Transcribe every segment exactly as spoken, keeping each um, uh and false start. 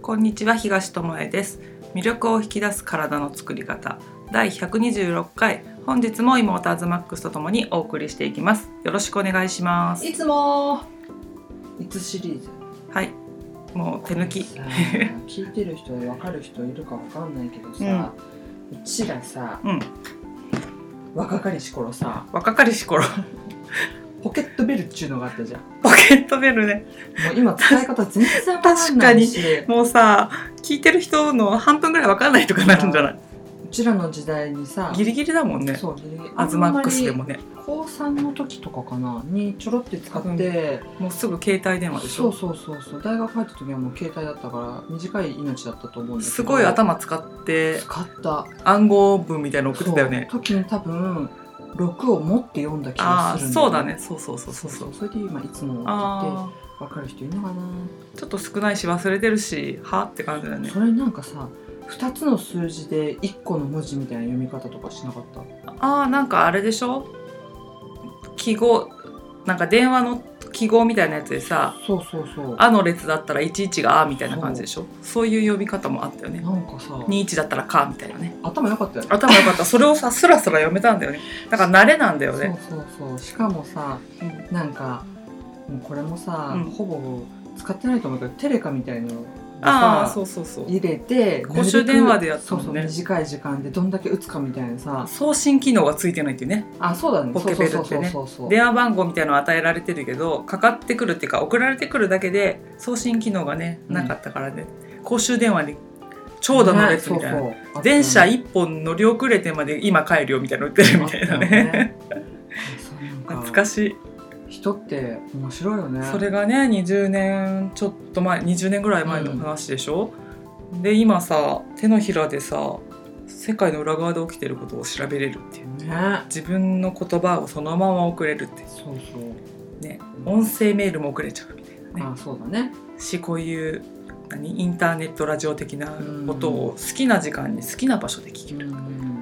こんにちは、東智恵です。魅力を引き出す体の作り方だいひゃくにじゅうろっかい、本日も妹アズマックスとともにお送りしていきます。よろしくお願いします。 いつもいつシリーズ、 はい、もう手抜き聞いてる人分かる人いるか分かんないけどさ、うん、うちらさ、うん、若かりし頃さ若かりし頃ポケットベルっちゅうのがあったじゃん。 ポケットベルね。 もう今使い方全然分かんないし確かにもうさ、聞いてる人の半分ぐらい分かんないとかなるんじゃない？ うちらの時代にさギリギリだもんね。 そうギリギリ。 アズマックスでもね、 こうさんの時とかかなにちょろって使って、 うん、もうすぐ携帯電話でしょ。 そうそうそうそう。大学入った時はもう携帯だったから短い命だったと思うんだけど、 すごい頭使って使った暗号文みたいなの送ってたよね。 そう時に多分ろくを持って読んだ気がするんだよね。あ、そうだね。そうそうそうそうそう。 それで今いつもって分かる人いるのかな。 ちょっと少ないし忘れてるし、はって感じだよね。 それなんかさ、ふたつの数字でいっこの文字みたいな読み方とかしなかった？ ああ、なんかあれでしょ、記号、なんか電話の記号みたいなやつでさ、 そうそうそう、 あの列だったらいちいちがあみたいな感じでしょ。そう、そういう呼び方もあったよね。 なんかさにいちだったらかみたいなね。 頭良かったよね。 頭良かった。それをさスラスラ読めたんだよね。だから慣れなんだよね。 そうそうそう。しかもさ、うん、なんかもうこれもさ、うん、ほぼ使ってないと思うけどテレカみたいなのああ、そうそうそう、 入れて公衆電話でやったもんね。 そうそう、短い時間でどんだけ打つかみたいなさ、 送信機能がついてないっていうね。 あ、そうだね。 ポケベルってね、電話番号みたいなの与えられてるけど、かかってくるっていうか送られてくるだけで送信機能がね、うん、なかったからね。公衆電話に長蛇の列みたいな、ね、そうそう、電車いっぽん乗り遅れてまで今帰るよみたいなの売ってるみたいなね。懐かしい。 人って面白いよね。 それがね、にじゅうねんちょっと前、にじゅうねんぐらい前の話でしょ、うん、で今さ手のひらでさ世界の裏側で起きてることを調べれるっていう、ね、自分の言葉をそのまま送れるって。 そうそうね、音声メールも送れちゃうみたいなね。 あ、そうだね。 し、こういう何インターネットラジオ的なことを好きな時間に好きな場所で聞ける、うん、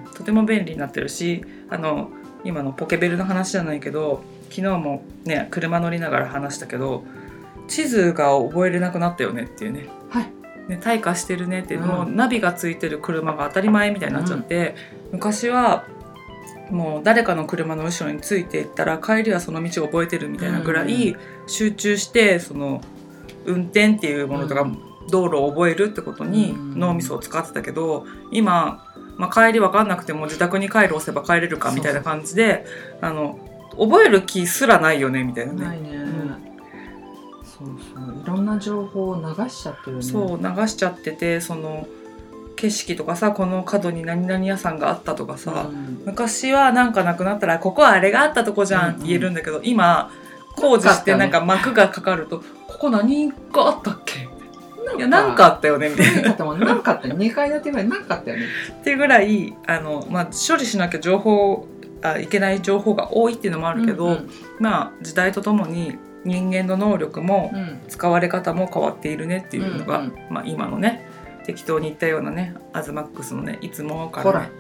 とても便利になってるし、あの今のポケベルの話じゃないけど、昨日もね車乗りながら話したけど、地図が覚えれなくなったよねっていうね。 はいね、退化してるねって、うん、もうナビがついてる車が当たり前みたいになっちゃって、うん、昔はもう誰かの車の後ろについていったら帰りはその道を覚えてるみたいなぐらい集中して、その運転っていうものとか道路を覚えるってことに脳みそを使ってたけど、今、まあ、帰り分かんなくても自宅に帰る押せば帰れるかみたいな感じで、あの覚える気すらないよねみたいなね。 ないね、うん、そうそう、いろんな情報を流しちゃってるね。 そう流しちゃってて、その景色とかさ、この角に何々屋さんがあったとかさ、うん、昔はなんかなくなったらここはあれがあったとこじゃんって言えるんだけど、うんうん、今工事してなんか幕がかかると、ここ何があったっけ、いやなんかあったよねみたいな。 なんかあったよ、にかい建てぐらいなんかあったよねっていうぐらい、あの、まあ、処理しなきゃ情報あいけない情報が多いっていうのもあるけど、うんうん、まあ時代とともに人間の能力も使われ方も変わっているねっていうのが、うんうん、まあ、今のね適当に言ったようなねアズマックスのねいつもからね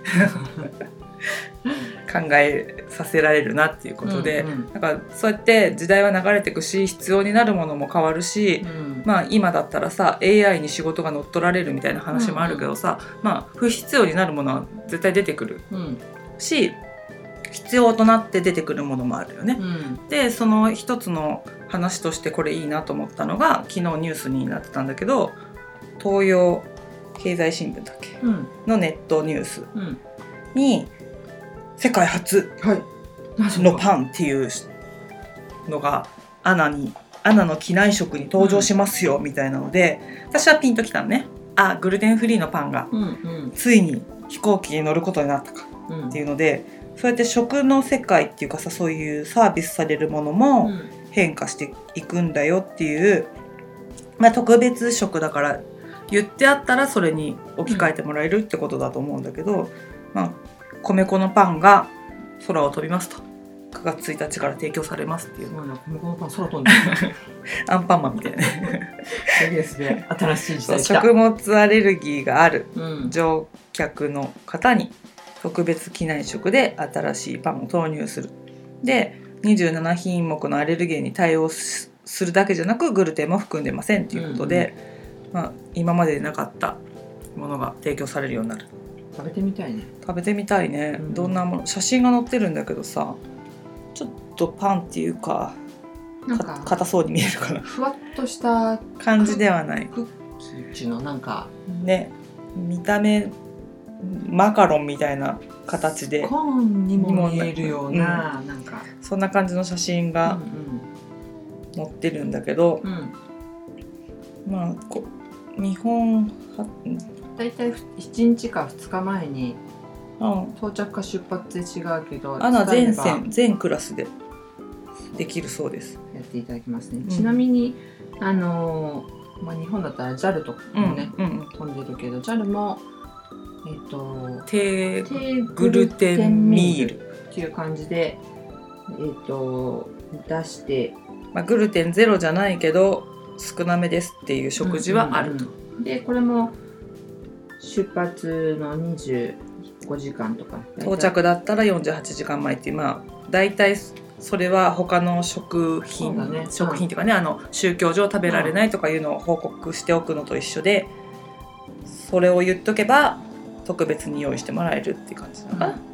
考えさせられるなっていうことで、うんうん、だからそうやって時代は流れていくし、必要になるものも変わるし、うん、まあ今だったらさ エーアイ に仕事が乗っ取られるみたいな話もあるけどさ、うんうん、まあ不必要になるものは絶対出てくる、うん、し、必要となって出てくるものもあるよね、うん、でその一つの話としてこれいいなと思ったのが、昨日ニュースになってたんだけど、東洋経済新聞だっけ、うん、のネットニュースに、世界初のパンっていうのがアナにアナの機内食に登場しますよみたいなので、私はピンときたのね。あ、グルテンフリーのパンがついに飛行機に乗ることになったかっていうので、そうやって食の世界っていうかさ、そういうサービスされるものも変化していくんだよっていう、まあ、特別食だから言ってあったらそれに置き換えてもらえるってことだと思うんだけど、まあ、米粉のパンが空を飛びますと、くがつついたちから提供されますっていう。 すごいな、米粉のパン空飛んでるアンパンマンみたいなね。 いいですね、新しい時代来た。 食物アレルギーがある乗客の方に特別機内食で新しいパンを投入する。でにじゅうなな品目のアレルゲンに対応するだけじゃなくグルテンも含んでませんっていうことで、うんうん、 まあ、今までなかったものが提供されるようになる。 食べてみたいね。 食べてみたいね、うん、どんなもの、写真が載ってるんだけどさ、ちょっとパンっていうかなんか硬そうに見えるかな。 ふわっとした感じではない。 クッキーっていうのなんかね、見た目マカロンみたいな形でコーンにも見えるような、うん、なんかそんな感じの写真が載ってるんだけど、うんうん、まあこ日本はだいたいいちにちかふつかまえに到着か出発で違うけど、 アナ全線全クラスでできるそうです。 やっていただきますね、うん、ちなみにあのーまあ、日本だったら ジャル とかもね、うんうん、飛んでるけど ジャル もえっ、ー、と低グルテンミールっていう感じでえっ、ー、と出して、 まあ、グルテンゼロじゃないけど少なめですっていう食事はあると、 うんうんうん、でこれも出発のにじゅうごじかんとか到着だったらよんじゅうはちじかんまえっていう、まあ大体それは他の食品、ね、食品っていうかね、うん、あの宗教上食べられないとかいうのを報告しておくのと一緒で、それを言っとけば特別に用意してもらえるっていう感じだから、うんうん、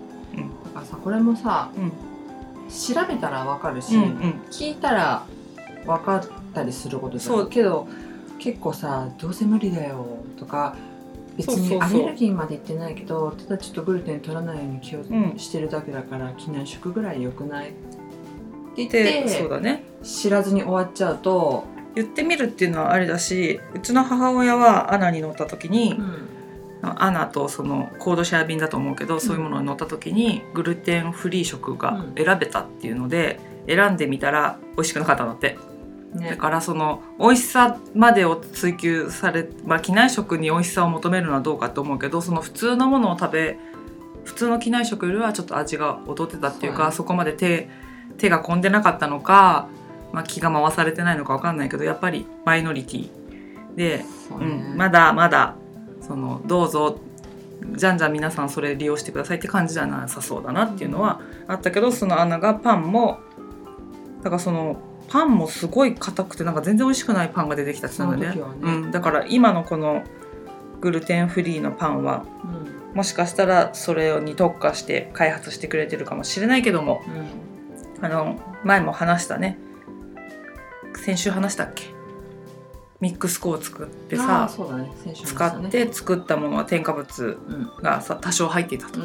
だからさこれもさ、うん、調べたら分かるし、うんうん、聞いたら分かったりすることだけど結構さどうせ無理だよとか別にアレルギーまでいってないけどただちょっとグルテン取らないように気をしてるだけだから、うん、機内食ぐらい良くないって言ってそうだね、 知らずに終わっちゃうと言ってみるっていうのはあれだし、うちの母親はアナに乗った時に、うん、アナとそのコードシェア便だと思うけど、うん、そういうものに乗った時にグルテンフリー食が選べたっていうので、うん、選んでみたら美味しくなかったんだって、ね、だからその美味しさまでを追求され、まあ、機内食に美味しさを求めるのはどうかと思うけど、その普通のものを食べ普通の機内食よりはちょっと味が劣ってたっていうか、 そう、ね、そこまで手手が込んでなかったのか、まあ、気が回されてないのか分かんないけど、やっぱりマイノリティで、う、ね、うん、まだまだそのどうぞじゃんじゃん皆さんそれ利用してくださいって感じじゃなさそうだなっていうのはあったけど、そのアナがパンもだからそのパンもすごい硬くてなんか全然美味しくないパンが出てきたって言ったんだよね、うん、だから今のこのグルテンフリーのパンは、うん、もしかしたらそれに特化して開発してくれてるかもしれないけども、うん、あの前も話したね、先週話したっけ、ミックス粉を作ってさ、 そうだね、先週話したね、使って作ったものは添加物がさ多少入っていたと、うん、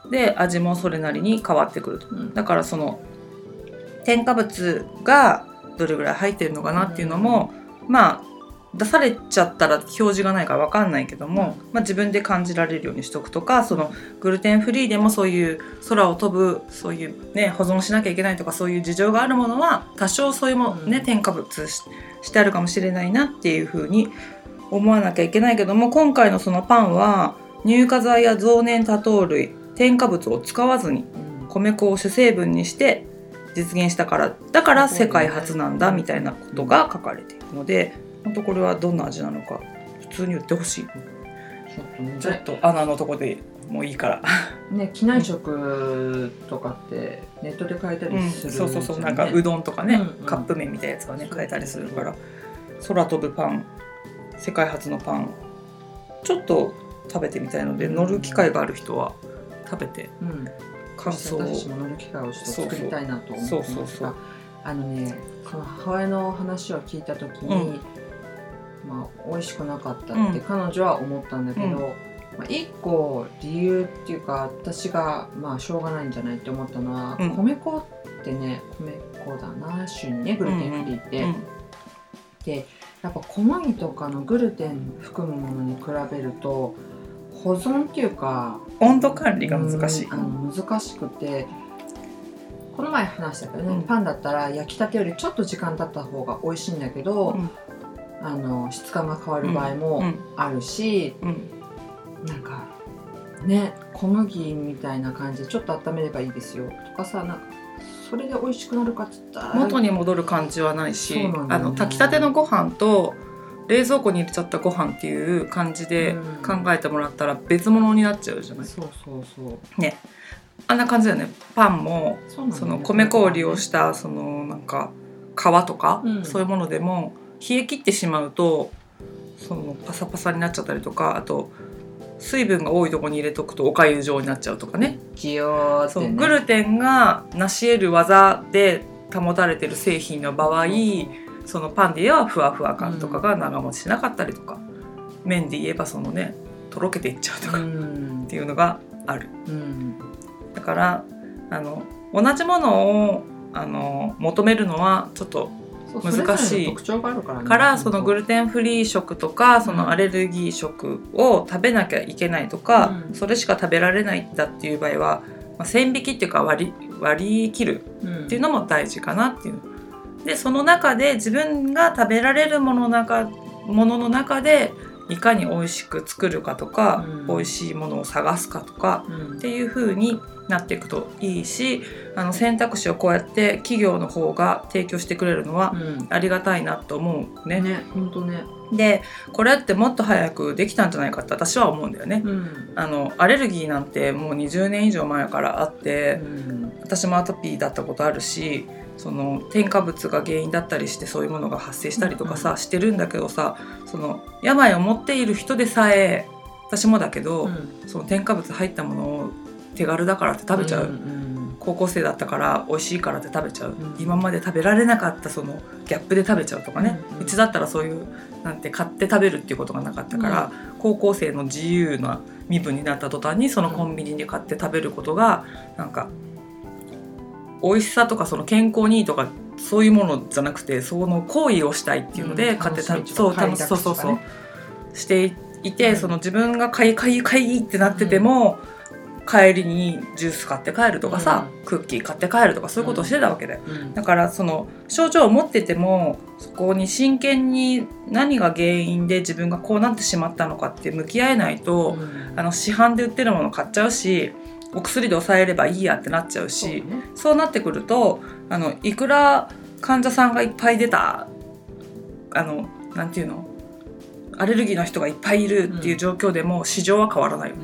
で味もそれなりに変わってくると、うん、だからその添加物がどれぐらい入ってるのかなっていうのも、うん、まあ出されちゃったら表示がないから分かんないけども、うんまあ、自分で感じられるようにしとくとか、そのグルテンフリーでもそういう空を飛ぶそういう、ね、保存しなきゃいけないとかそういう事情があるものは多少そういうも、ね、添加物 し, してあるかもしれないなっていうふうに思わなきゃいけないけども、今回のそのパンは乳化剤や増粘多糖類添加物を使わずに米粉を主成分にして実現したからだから世界初なんだみたいなことが書かれているので、本当これはどんな味なのか普通に言ってほしい。ちょっとね、ちょっと穴のとこでもういいからね、機内食とかってネットで買えたりする、 うん、そうそうそう、なんかうどんとかね、うんうん、カップ麺みたいなやつがね買えたりするから、空飛ぶパン世界初のパンちょっと食べてみたいので、乗る機会がある人は食べて、うん感想を私も乗る機会をちょっと作りたいなと思ってますが、あのね、その母親の話を聞いた時に、うんまあ、美味しくなかったって彼女は思ったんだけど、うんまあ、一個理由っていうか私がまあしょうがないんじゃないって思ったのは、うん、米粉ってね米粉だな種にねグルテンフリーって、うんうん、でやっぱ小麦とかのグルテン含むものに比べると保存っていうか温度管理が難しい、 うん、あの難しくて、この前話したけどね、うん、パンだったら焼きたてよりちょっと時間経った方が美味しいんだけど、うん、あの質感が変わる場合もあるし、うんうん、なんかね小麦みたいな感じでちょっと温めればいいですよとかさ、なんかそれで美味しくなるかっつったら元に戻る感じはないし、ね、あの炊きたてのご飯と冷蔵庫に入れちゃったご飯っていう感じで考えてもらったら別物になっちゃうじゃない、うん、 そうそうそうね、あんな感じだよね。パンも そ,、ね、その米粉を利用したそのなんか皮とか、うん、そういうものでも冷え切ってしまうとそのパサパサになっちゃったりとか、あと水分が多いところに入れとくとおかゆ状になっちゃうとかね。 ギヨーってね。 そうグルテンが成し得る技で保たれてる製品の場合、うん、そのパンで言えばふわふわ感とかが長持ちしなかったりとか、うん、麺で言えばそのねとろけていっちゃうとか、うん、っていうのがある、うん、だからあの同じものをあの求めるのはちょっと難しい特徴があるからね。 からそのグルテンフリー食とかそのアレルギー食を食べなきゃいけないとか、うん、それしか食べられないんだっていう場合は、まあ、線引きっていうか割り、割り切るっていうのも大事かなっていう、うん、でその中で自分が食べられるものの中、ものの中でいかに美味しく作るかとか、うん、美味しいものを探すかとか、うん、っていう風になっていくといいし、あの選択肢をこうやって企業の方が提供してくれるのはありがたいなと思うね。 ね、本当ね。 でこれってもっと早くできたんじゃないかって私は思うんだよね、うん、あのアレルギーなんてもうにじゅうねん以上前からあって、うん、私もアトピーだったことあるし、その添加物が原因だったりしてそういうものが発生したりとかさ、うん、してるんだけどさ、その病を持っている人でさえ、私もだけど、うん、その添加物入ったものを手軽だからって食べちゃう、うんうん、高校生だったから美味しいからって食べちゃう、うん、今まで食べられなかったそのギャップで食べちゃうとかね、うんうん、うちだったらそういうなんて買って食べるっていうことがなかったから、うん、高校生の自由な身分になった途端にそのコンビニで買って食べることがなんか美味しさとかその健康にいいとかそういうものじゃなくて、その行為をしたいっていうので買って食べ、そう楽しそうそうそうしていて、うん、その自分が買い買い買いってなってても、うん、帰りにジュース買って帰るとかさ、うん、クッキー買って帰るとかそういうことをしてたわけで、うん、だからその症状を持っててもそこに真剣に何が原因で自分がこうなってしまったのかって向き合えないと、うん、あの市販で売ってるもの買っちゃうし、お薬で抑えればいいやってなっちゃうし、そうね、そうなってくるとあのいくら患者さんがいっぱい出た、あのなんていうの、アレルギーの人がいっぱいいるっていう状況でも市場は変わらない、うん、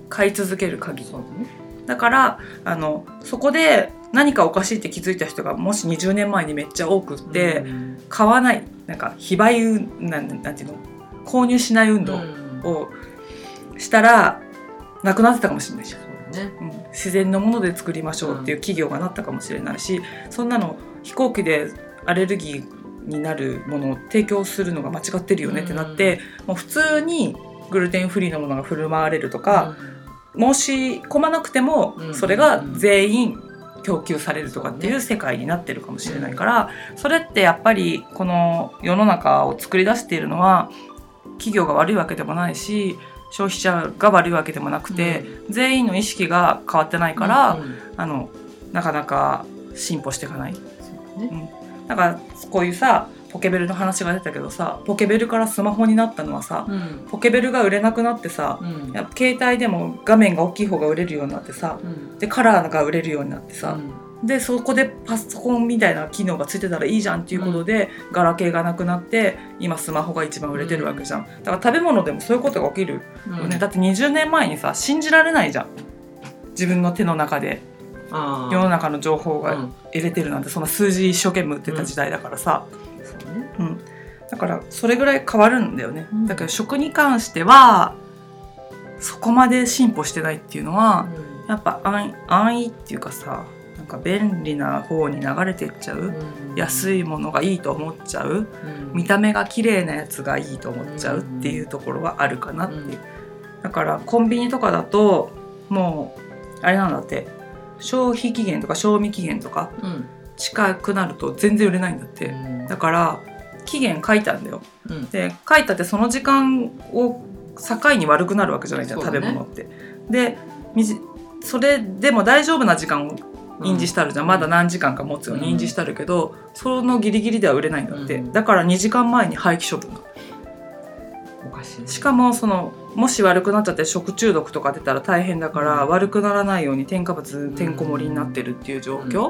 買い続ける限り、そうだね、だからあのそこで何かおかしいって気づいた人がもしにじゅうねんまえにめっちゃ多くって、うん、買わない、なんか非売なんなんていうの、購入しない運動をしたらなくなってたかもしれないじゃん、ね、うん、自然のもので作りましょうっていう企業がなったかもしれないし、そんなの飛行機でアレルギーになるものを提供するのが間違ってるよねってなって、うん、もう普通にグルテンフリーのものが振る舞われるとか、うん、申し込まなくてもそれが全員供給されるとかっていう世界になってるかもしれないから、それってやっぱりこの世の中を作り出しているのは企業が悪いわけでもないし、消費者が悪いわけでもなくて、うん、全員の意識が変わってないから、うんうん、あのなかなか進歩していかない、そうね、うん、だからこういうさポケベルの話が出たけどさ、ポケベルからスマホになったのはさ、うん、ポケベルが売れなくなってさ、うん、やっぱ携帯でも画面が大きい方が売れるようになってさ、うん、でカラーが売れるようになってさ、うん、でそこでパソコンみたいな機能がついてたらいいじゃんっていうことで、うん、ガラケーがなくなって今スマホが一番売れてるわけじゃん、うん、だから食べ物でもそういうことが起きるよね、うん、だってにじゅうねんまえにさ信じられないじゃん、自分の手の中で世の中の情報が入れてるなんて、そんな数字一生懸命売ってた時代だからさ、うんそうね、うん、だからそれぐらい変わるんだよね、うん、だけど食に関してはそこまで進歩してないっていうのは、うん、やっぱ安, 安易っていうかさ、なんか便利な方に流れていっちゃう、うん、安いものがいいと思っちゃう、うん、見た目が綺麗なやつがいいと思っちゃうっていうところはあるかなっていう、うん、だからコンビニとかだともうあれなんだって、消費期限とか賞味期限とか近くなると全然売れないんだって、うん、だから期限書いたんだよ、うん、で書いたってその時間を境に悪くなるわけじゃないじゃん、ね、食べ物ってでそれでも大丈夫な時間を印示してあるじゃん、うん、まだ何時間か持つように印示してあるけど、うん、そのギリギリでは売れないんだって、うん、だからにじかんまえに廃棄処分だ。おかしいね。しかもそのもし悪くなっちゃって食中毒とか出たら大変だから、うん、悪くならないように添加物てんこ盛りになってるっていう状況、うん、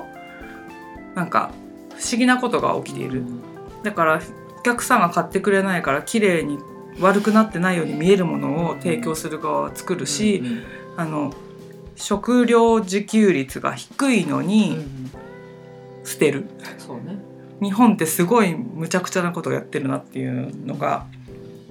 なんか不思議なことが起きている、うん、だからお客さんが買ってくれないから綺麗に悪くなってないように見えるものを提供する側は作るし、うんうん、あの食料自給率が低いのに捨てる、うんそうね、日本ってすごい無茶苦茶なことをやってるなっていうのが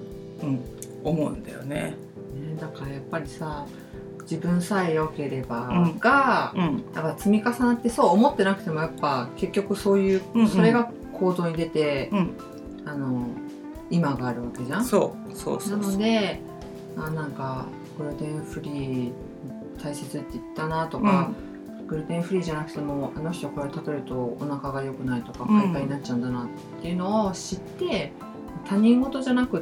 うん、思うんだよね。 ね、だからやっぱりさ、自分さえ良ければが、うんうん、やっぱ積み重なって、そう思ってなくてもやっぱ結局そういう、うんうん、それが行動に出て、うん、あの今があるわけじゃん。 そうそうそうそう。 なので、あ、なんかグルテンフリー大切って言ったなとか、うん、グルテンフリーじゃなくてもあの人これ食べるとお腹が良くないとか快感になっちゃうんだなっていうのを知って、他人事じゃなくって、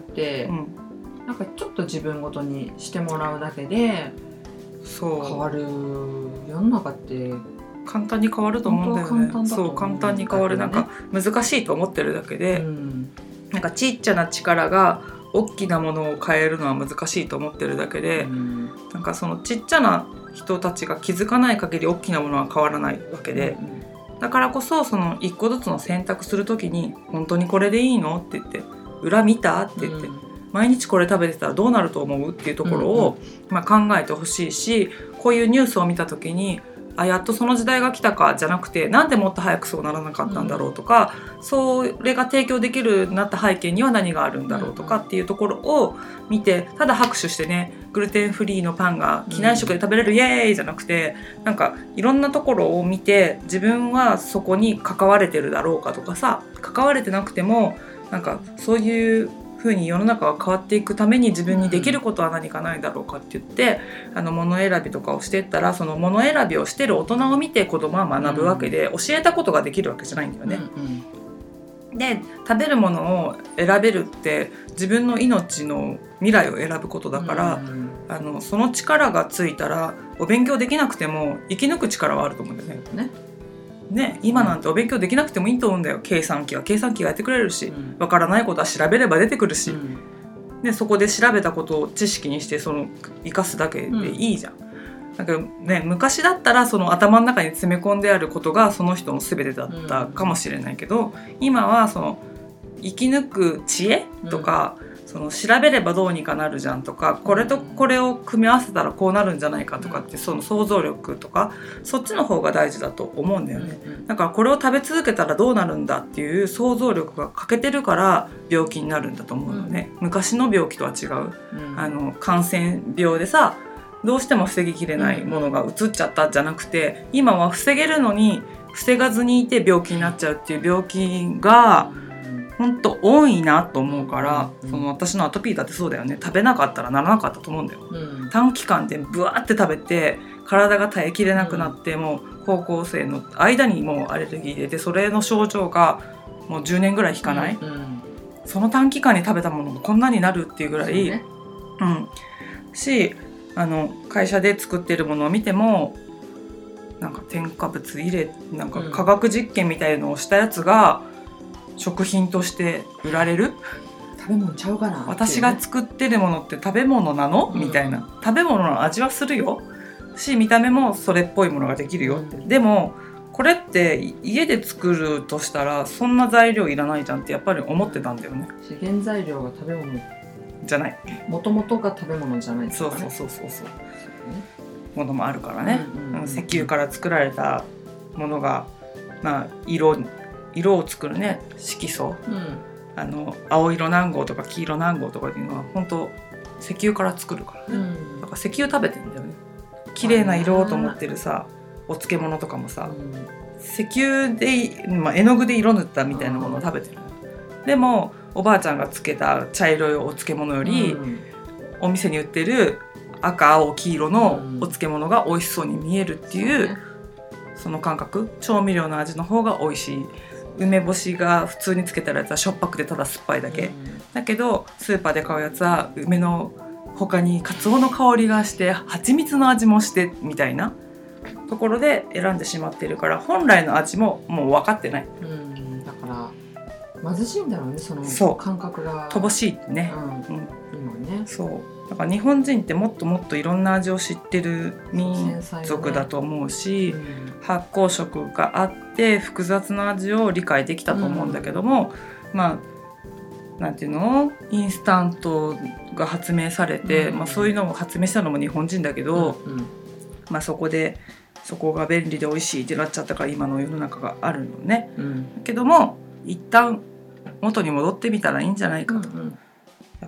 うん、なんかちょっと自分ごとにしてもらうだけでそう変わる世の中って簡単に変わると思うんだよね。簡単だと思うんだよね。そう簡単に変わる。なんか難しいと思ってるだけで、うん、なんかちっちゃな力が大きなものを変えるのは難しいと思ってるだけで、うん、なんかそのちっちゃな人たちが気づかない限り大きなものは変わらないわけで、うん、だからこそその一個ずつの選択するときに本当にこれでいいのって言って裏見たって言って、うん、毎日これ食べてたらどうなると思うっていうところを、うんうん、まあ、考えてほしいし、こういうニュースを見たときにあやっとその時代が来たかじゃなくて、なんでもっと早くそうならなかったんだろうとか、うん、それが提供できるようになった背景には何があるんだろうとかっていうところを見て、ただ拍手してね、グルテンフリーのパンが機内食で食べれるイエーイじゃなくて、なんかいろんなところを見て自分はそこに関われてるだろうかとかさ、関われてなくてもなんかそういう風に世の中が変わっていくために自分にできることは何かないだろうかって言って、うん、あの物選びとかをしていったら、その物選びをしてる大人を見て子供は学ぶわけで、うん、教えたことができるわけじゃないんだよね、うんうん、で食べるものを選べるって自分の命の未来を選ぶことだから、うんうん、あのその力がついたらお勉強できなくても生き抜く力はあると思うんだよね。ね、今なんてお勉強できなくてもいいと思うんだよ。計算機は計算機がやってくれるし、うん、分からないことは調べれば出てくるし、うん、でそこで調べたことを知識にしてその生かすだけでいいじゃん、うん、だけどね、昔だったらその頭の中に詰め込んであることがその人の全てだったかもしれないけど、うん、今はその生き抜く知恵とか、うん、その調べればどうにかなるじゃんとか、これとこれを組み合わせたらこうなるんじゃないかとかって、その想像力とかそっちの方が大事だと思うんだよね。だからこれを食べ続けたらどうなるんだっていう想像力が欠けてるから病気になるんだと思うのね、うん、昔の病気とは違う、うん、あの感染病でさ、どうしても防ぎきれないものがうつっちゃったじゃなくて、今は防げるのに防がずにいて病気になっちゃうっていう病気が本当多いなと思うから、うん、その私のアトピーだってそうだよね。食べなかったらならなかったと思うんだよ、うん、短期間でブワーって食べて体が耐えきれなくなって、うん、もう高校生の間にもうアレルギー出て、それの症状がもうじゅうねんぐらい引かない、うんうん、その短期間に食べたものがこんなになるっていうぐらい、ね、うん、し、あの会社で作ってるものを見てもなんか添加物入れ、なんか化学実験みたいのをしたやつが食品として売られる。 食べ物ちゃうかな、ね、 私が作ってるものって食べ物なの、うん、みたいな。食べ物の味はするよし、見た目もそれっぽいものができるよって、うん、でもこれって家で作るとしたらそんな材料いらないじゃんってやっぱり思ってたんだよね。 原材料が食べ物じゃない、 もともとが食べ物じゃないですか、ね、 そうそうそうそうそう、ものもあるからね、うんうんうん、石油から作られたものが、まあ、色色を作るね色素、うん、あの青色何号とか黄色何号とかっていうのは本当石油から作るからね、うん、だから石油食べてんだよね。綺麗な色と思ってるさお漬物とかもさ、うん、石油で、まあ、絵の具で色塗ったみたいなものを食べてる。でもおばあちゃんがつけた茶色いお漬物より、うん、お店に売ってる赤青黄色のお漬物が美味しそうに見えるっていう、うん、その感覚。調味料の味の方が美味しい。梅干しが普通につけたやつはしょっぱくてただ酸っぱいだけ、うん、だけどスーパーで買うやつは梅の他にカツオの香りがして蜂蜜の味もしてみたいなところで選んでしまってるから、本来の味ももう分かってない、 うん、だから貧しいんだろうね、その感覚が乏しいね、うんうん、今ね。そうだから日本人ってもっともっといろんな味を知ってる民族だと思うし、ね、うん、発酵食があって複雑な味を理解できたと思うんだけども、うん、まあなんていうの、インスタントが発明されて、うん、まあ、そういうのを発明したのも日本人だけど、うんうん、まあ、そこでそこが便利で美味しいってなっちゃったから今の世の中があるのね、うん、だけども一旦元に戻ってみたらいいんじゃないかと、うんうん、やっ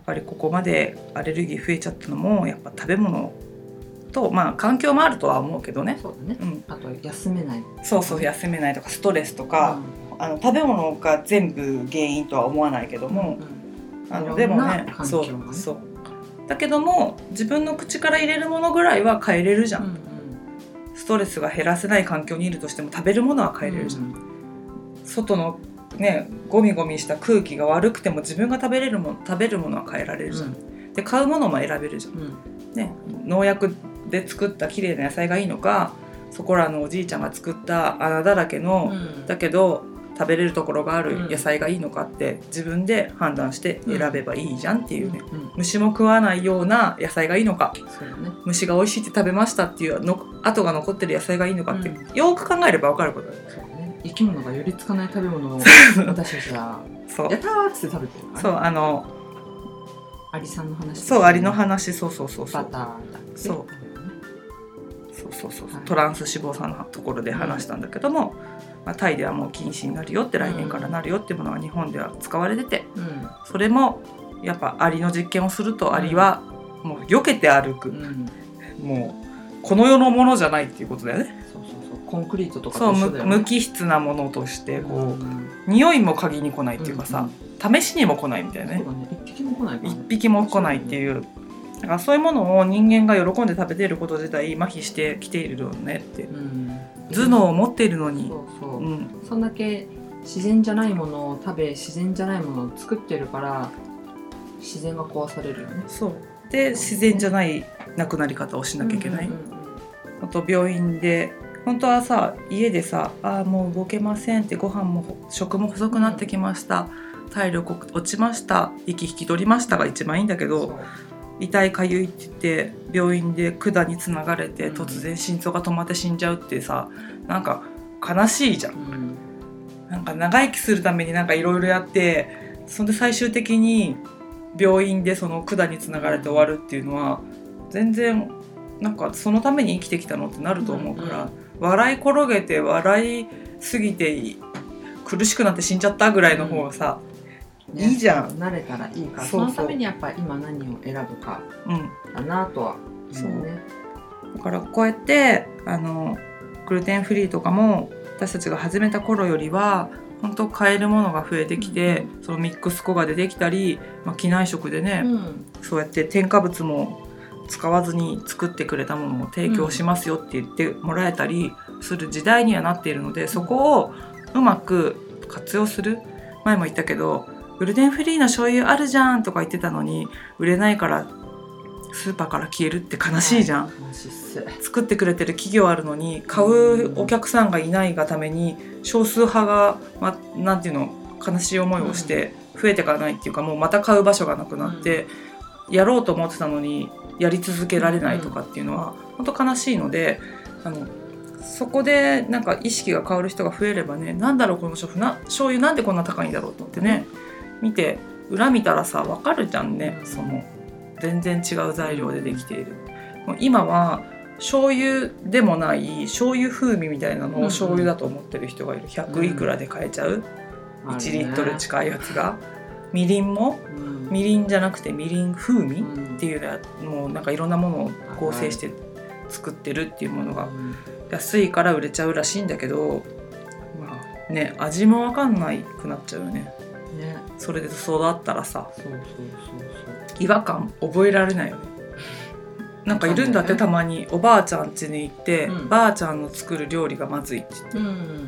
ぱりここまでアレルギー増えちゃったのもやっぱ食べ物と、まあ環境もあるとは思うけどね。 そうだね、うん、あと休めない、 そうそう休めないとかストレスとか、うん、あの食べ物が全部原因とは思わないけども、うんうん、あのでもね、そうそうだけども自分の口から入れるものぐらいは変えれるじゃん、うんうん、ストレスが減らせない環境にいるとしても食べるものは変えれるじゃん、うんうん、外のねゴミゴミした空気が悪くても自分が食べれるもの食べるものは変えられるじゃん、うん、で買うものも選べるじゃん、うんね、農薬で作った綺麗な野菜がいいのかそこらのおじいちゃんが作った穴だらけの、うん、だけど食べれるところがある野菜がいいのかって自分で判断して選べばいいじゃんっていうね、うんうん、虫も食わないような野菜がいいのか、そうね、虫が美味しいって食べましたっていうの跡が残ってる野菜がいいのかって、うん、よく考えれば分かることだよ、そうね、生き物が寄りつかない食べ物を私たちはやったーって食べてるから、ね、 そうあのアリさんの話、ね、 そうアリの話そうそうそうそうバターだそうそうそうそう、はい、トランス脂肪酸のところで話したんだけども、うんまあ、タイではもう禁止になるよって来年からなるよっていうものが日本では使われてて、うん、それもやっぱアリの実験をするとアリはもう避けて歩く、うん、もうこの世のものじゃないっていうことだよね。 そうそうそうコンクリートとかと一緒だよね。 そう無機質なものとしてこう、うん、匂いも嗅ぎに来ないっていうかさ、うんうん、試しにも来ないみたいなね。 そうだね、一匹も来ないからね。 一匹も来ないっていう。だからそういうものを人間が喜んで食べていること自体麻痺してきているよねって、うん、頭脳を持っているのに、 そうそう、うん、そんだけ自然じゃないものを食べ自然じゃないものを作ってるから自然が壊されるよね。 そうで自然じゃない亡くなり方をしなきゃいけない、うんうんうん、あと病院で本当はさ家でさあもう動けませんってご飯も食も細くなってきました、うん、体力落ちました息引き取りましたが一番いいんだけど痛いかゆいって言って病院で管につながれて突然心臓が止まって死んじゃうってさなんか悲しいじゃん、うん、なんか長生きするためになんかいろいろやってそんで最終的に病院でその管につながれて終わるっていうのは全然なんかそのために生きてきたのってなると思うから、うんうん、笑い転げて笑いすぎて苦しくなって死んじゃったぐらいの方がさ、うんね、いいじゃん。 慣れたらいいからそうそうそのためにやっぱり今何を選ぶかだなとは思うね、 うん、だからこうやってあのグルテンフリーとかも私たちが始めた頃よりは本当買えるものが増えてきて、うん、そのミックス粉が出てきたり、まあ、機内食でね、うん、そうやって添加物も使わずに作ってくれたものを提供しますよって言ってもらえたりする時代にはなっているので、そこをうまく活用する。前も言ったけどグルテンフリーの醤油あるじゃんとか言ってたのに売れないからスーパーから消えるって悲しいじゃん、はい、悲しいっす。作ってくれてる企業あるのに買うお客さんがいないがために少数派が、ま、なんていうの悲しい思いをして増えていかないっていうか、もうまた買う場所がなくなって、うん、やろうと思ってたのにやり続けられないとかっていうのは本当悲しいので、あのそこでなんか意識が変わる人が増えればね、なんだろうこの醤油な醤油なんでこんな高いんだろうと思ってね、見て裏見たらさ分かるじゃんね、その全然違う材料でできている。もう今は醤油でもない醤油風味みたいなのを醤油だと思ってる人がいる。ひゃくいくらで買えちゃう、うん、いちリットル近いやつが、みりんも、うん、みりんじゃなくてみりん風味っていうのはもうなんかいろんなものを合成して作ってるっていうものが安いから売れちゃうらしいんだけど、まあね、味も分かんないくなっちゃうよね。ね、それで育ったらさ、そうそうそうそう違和感覚えられないよね。なんかいるんだって、たまにおばあちゃん家に行って、うん、ばあちゃんの作る料理がまずいって言って、うん、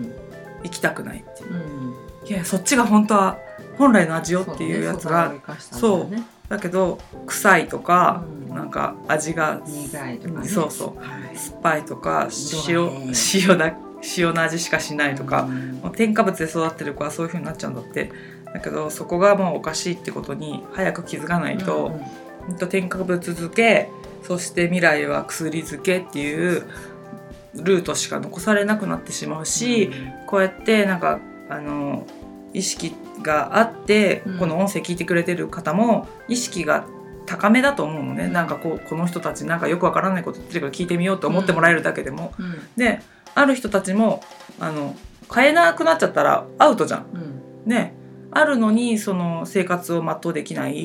行きたくないって、うん、いやそっちが本当は本来の味よっていうやつがそう、ね、だけど臭いとか、うん、なんか味が苦いとかね、 そうそう、はい、酸っぱいとか塩、塩だ塩の味しかしないとか、うん、もう添加物で育ってる子はそういう風になっちゃうんだって。だけどそこがもうおかしいってことに早く気づかないと、うんうん、添加物漬け、そして未来は薬漬けっていうルートしか残されなくなってしまうし、うん、こうやってなんかあの意識があって、うん、この音声聞いてくれてる方も意識が高めだと思うのね、うん、なんかこうこの人たちなんかよくわからないこと言ってるから聞いてみようと思ってもらえるだけでも、うん、である人たちもあの買えなくなっちゃったらアウトじゃん、うん、ね、あるのにその生活を全うできない、うん、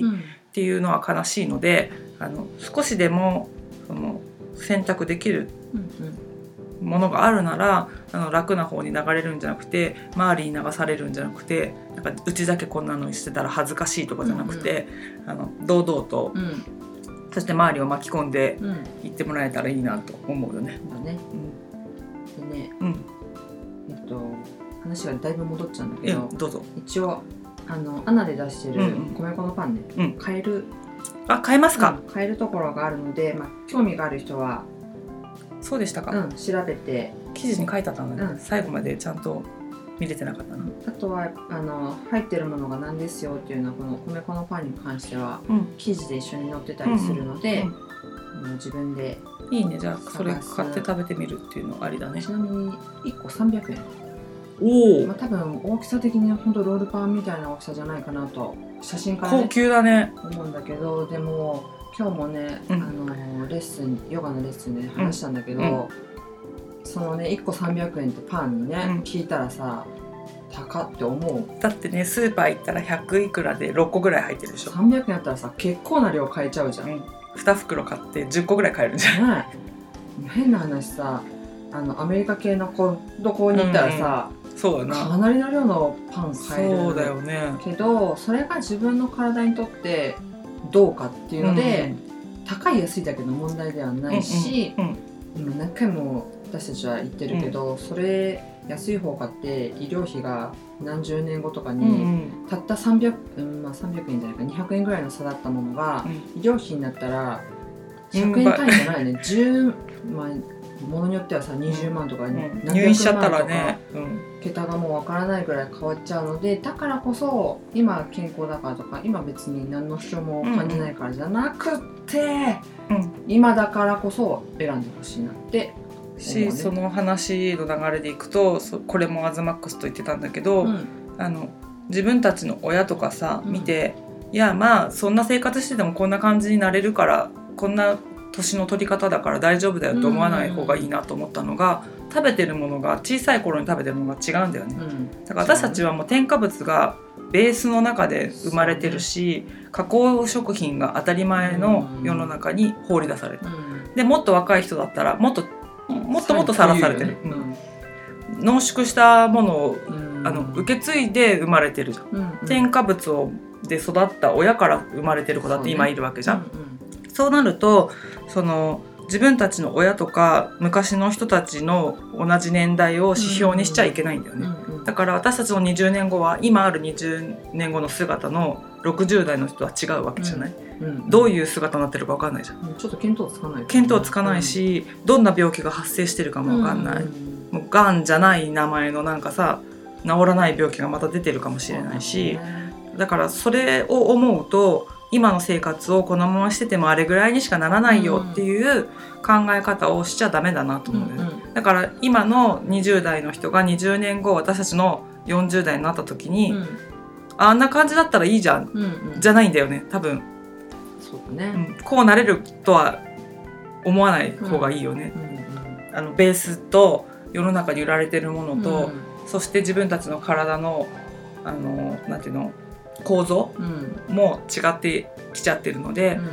っていうのは悲しいので、あの少しでもその選択できるものがあるなら、あの楽な方に流れるんじゃなくて、周りに流されるんじゃなくて、なんかうちだけこんなのにしてたら恥ずかしいとかじゃなくて、うんうん、あの堂々と、うん、そして周りを巻き込んでいってもらえたらいいなと思うよね。 だね、うん、でね、うん、えっと話がだいぶ戻っちゃうんだけど、 どうぞ。 一応あのアナで出してる米粉のパンね、うん、買える、 あ、買えますか、 うん、買えるところがあるので、まあ、興味がある人はそうでしたか、 うん、調べて記事に書いてあったので、うん、最後までちゃんと見れてなかったの。 あとはあの入ってるものが何ですよっていうのはこの米粉のパンに関しては、うん、記事で一緒に載ってたりするので、うんうんうん、自分でいいね。じゃあそれ買って食べてみるっていうのありだね。 ちなみにいっこさんびゃくえん。 おお、 まあ、多分大きさ的には本当ロールパンみたいな大きさじゃないかなと写真から、ね、 高級だね思うんだけど、でも今日もね、うん、あのレッスンヨガのレッスンで話したんだけど、うん、そのねいっこさんびゃくえんってパンにね、うん、聞いたらさ高って思う。 だってねスーパー行ったらひゃくいくらでろっこぐらい入ってるでしょ。 さんびゃくえんやったらさ結構な量買えちゃうじゃん、うん、に袋買ってじゅっこぐらい買えるんじゃない、 ね、変な話さ、あのアメリカ系のどこに行ったらさ、うんうん、そうだな、かなりの量のパン買える。 そうだよね。 けどそれが自分の体にとってどうかっていうので、うん、高い安いだけの問題ではないし、うんうんうん、今何回も私たちは言ってるけど、うん、それ安い方買って医療費が何十年後とかに、うんうん、たったさんびゃく、うん、まあさんびゃくえんじゃないかにひゃくえんぐらいの差だったものが、うん、医療費になったらひゃくえん単位じゃないね、じゅう、まあものによってはさにじゅうまんとか、うん、何百万とか、入院しちゃったらね、うん、桁がもうわからないぐらい変わっちゃうので、だからこそ今健康だからとか今別に何の主張も感じないからじゃなくて、うん、今だからこそ選んでほしいなって思うね。 しその話の流れでいくと、これもアズマックスと言ってたんだけど、うん、あの自分たちの親とかさ見て、うん、いやまあそんな生活しててもこんな感じになれるから、こんな年の取り方だから大丈夫だよと思わない方がいいなと思ったのが、うん、食べてるものが小さい頃に食べてるものが違うんだよね、うん、だから私たちはもう添加物がベースの中で生まれてるし、ね、加工食品が当たり前の世の中に放り出されて、うん、でもっと若い人だったらもっともっともっとさらされてる、うん、濃縮したものを、うん、あの受け継いで生まれてるじゃん、うんうん、添加物をで育った親から生まれてる子だって今いるわけじゃん。そうね、うんうん、そうなるとその自分たちの親とか昔の人たちの同じ年代を指標にしちゃいけないんだよね、うんうん、だから私たちのにじゅうねんごは今あるにじゅうねんごの姿のろくじゅう代の人は違うわけじゃない、うんうんうん、どういう姿になってるか分かんないじゃん。 ちょっと見当つかない、ね、 見当つかないし、うん、どんな病気が発生してるかも分かんない、うんうん、もうがんじゃない名前のなんかさ治らない病気がまた出てるかもしれないし、だからそれを思うと今の生活をこのまましててもあれぐらいにしかならないよっていう考え方をしちゃダメだなと思う、うんうん、だから今のにじゅう代の人がにじゅうねんご私たちのよんじゅう代になった時に、うん、あんな感じだったらいいじゃん、うんうん、じゃないんだよね多分。 そうだね、 うん、こうなれるとは思わない方がいいよね、うんうんうん、あのベースと世の中に売られてるものと、うん、そして自分たちの体のあのなんていうの構造も違ってきちゃってるので、うん、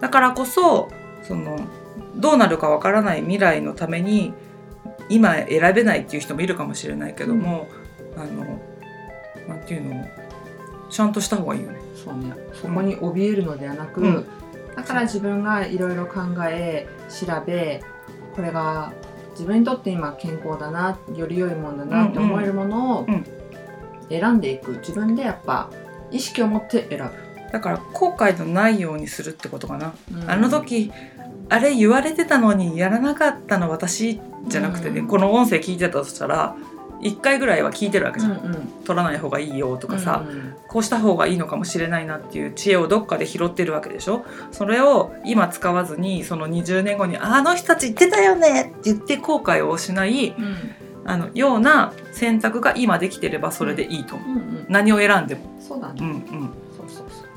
だからこそ、そのどうなるかわからない未来のために今選べないっていう人もいるかもしれないけども、うん、あのなんていうのちゃんとした方がいいよね。 そうね、そこに怯えるのではなく、うん、だから自分がいろいろ考え調べ、これが自分にとって今健康だな、より良いものだなって思えるものを選んでいく。自分でやっぱ意識を持って選ぶ。 だから後悔のないようにするってことかな、うん、あの時あれ言われてたのにやらなかったの私じゃなくてね、うん、この音声聞いてたとしたらいっかいぐらいは聞いてるわけじゃん、うんうん、取らない方がいいよとかさ、うんうん、こうした方がいいのかもしれないなっていう知恵をどっかで拾ってるわけでしょ。それを今使わずにそのにじゅうねんごにあの人たち言ってたよねって言って後悔をしない、うん、あのような選択が今できてればそれでいいと思う、うんうん、何を選んでも。 そうだね、 うんうん、 そうそうそう。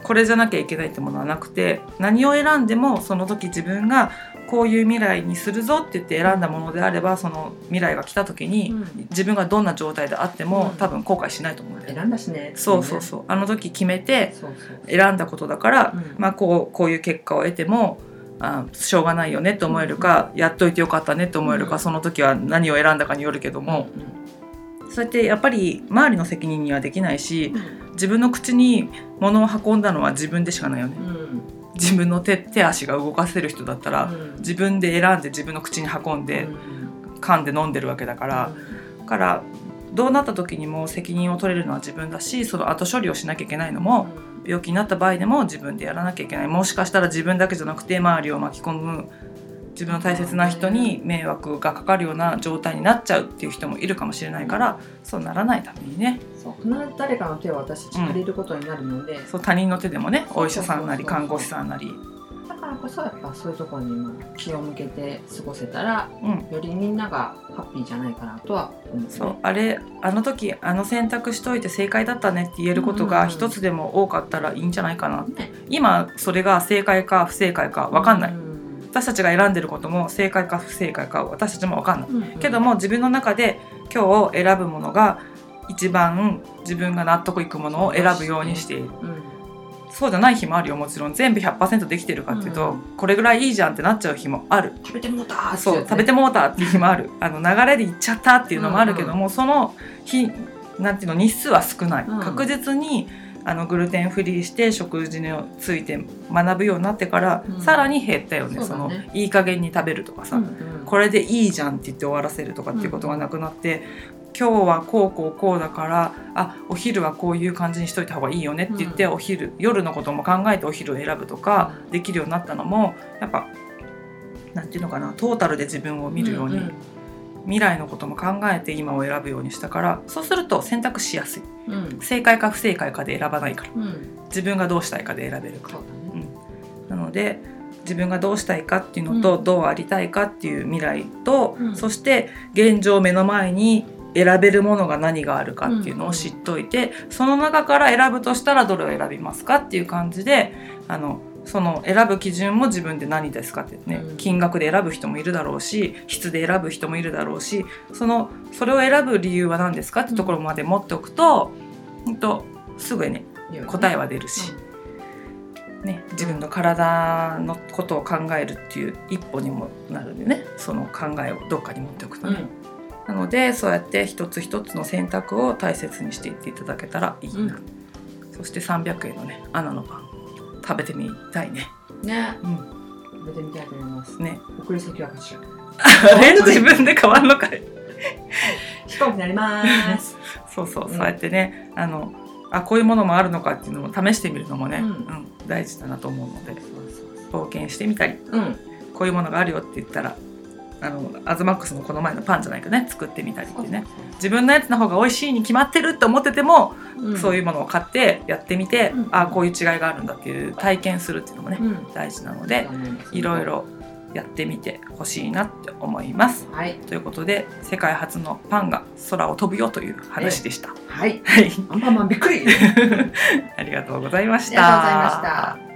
これじゃなきゃいけないってものはなくて、何を選んでもその時自分がこういう未来にするぞって言って選んだものであれば、その未来が来た時に、うん、自分がどんな状態であっても、うん、多分後悔しないと思うんだよ。 選んだしね。 そうそうそう。あの時決めて選んだことだから、うん、まあこうこういう結果を得てもあしょうがないよねって思えるか、うん、やっといてよかったねって思えるか、うん、その時は何を選んだかによるけども、うん、そうやってやっぱり周りの責任にはできないし、うん、自分の口に物を運んだのは自分でしかないよね。うん自分の 手, 手足が動かせる人だったら、うん、自分で選んで自分の口に運んで、うん、噛んで飲んでるわけだから、うん、からどうなった時にも責任を取れるのは自分だし、その後処理をしなきゃいけないのも、うん、病気になった場合でも自分でやらなきゃいけない。もしかしたら自分だけじゃなくて周りを巻き込む、自分の大切な人に迷惑がかかるような状態になっちゃうっていう人もいるかもしれないから、そうならないためにね、 そう必ず誰かの手を私たち借りることになるので、 うん、そう他人の手でもね、お医者さんなり看護師さんなり、 だからこそやっぱそういうところにも気を向けて過ごせたら、うん、よりみんながハッピーじゃないかなとは思う、ね、 そうあれあの時あの選択しといて正解だったねって言えることが一つでも多かったらいいんじゃないかなって、ね、今それが正解か不正解か分かんない、うん、私たちが選んでることも正解か不正解か私たちも分かんない、うんうん、けども自分の中で今日選ぶものが一番自分が納得いくものを選ぶようにしている、うん、そうじゃない日もあるよ。もちろん全部 ひゃくパーセント できてるかっていうと、うん、これぐらいいいじゃんってなっちゃう日もある。 食べてもうたーって、 そう食べてもうたっていう日もあるあの流れでいっちゃったっていうのもあるけども、うんうん、その日なんていうの日数は少ない、うん、確実にあのグルテンフリーして食事について学ぶようになってから、うん、さらに減ったよね。 そ, そのいい加減に食べるとかさ、うんうん、これでいいじゃんって言って終わらせるとかっていうことがなくなって、うん、今日はこうこうこうだからあお昼はこういう感じにしといた方がいいよねって言って、うん、お昼夜のことも考えてお昼を選ぶとかできるようになったのもやっぱなんていうのかな、トータルで自分を見るように、うんうん、未来のことも考えて今を選ぶようにしたから、そうすると選択しやすい、うん、正解か不正解かで選ばないから、うん、自分がどうしたいかで選べるから、うん、なので自分がどうしたいかっていうのと、うん、どうありたいかっていう未来と、うん、そして現状目の前に選べるものが何があるかっていうのを知っといて、うんうん、その中から選ぶとしたらどれを選びますかっていう感じで、あのその選ぶ基準も自分で何ですかってね、うん、金額で選ぶ人もいるだろうし、質で選ぶ人もいるだろうし、そのそれを選ぶ理由は何ですかってところまで持っておくと、ほんとすぐね答えは出るし、うんね、自分の体のことを考えるっていう一歩にもなるんでね、その考えをどっかに持っておくとね、うん、なのでそうやって一つ一つの選択を大切にしていっていただけたらいいな、うん、そしてさんびゃくえんのねアナのパン食べてみたいね。 ね、うん、食べてみたいと思いますね。送り先はこちら。 あれ自分で変わんのかい。 飛行機になります。 そうそう、うん、そうやってね、あのあこういうものもあるのかっていうのも試してみるのもね、うんうん、大事だなと思うので、冒険してみたり、うん、こういうものがあるよって言ったら、あのアズマックスのこの前のパンじゃないかね、作ってみたりってね、自分のやつの方が美味しいに決まってるって思ってても、うん、そういうものを買ってやってみて、うん、あこういう違いがあるんだっていう体験するっていうのもね、うん、大事なので、いろいろやってみてほしいなって思います、はい、ということで世界初のパンが空を飛ぶよという話でした。 はい、はい、アンパンマンびっくりありがとうございました。 ありがとうございました。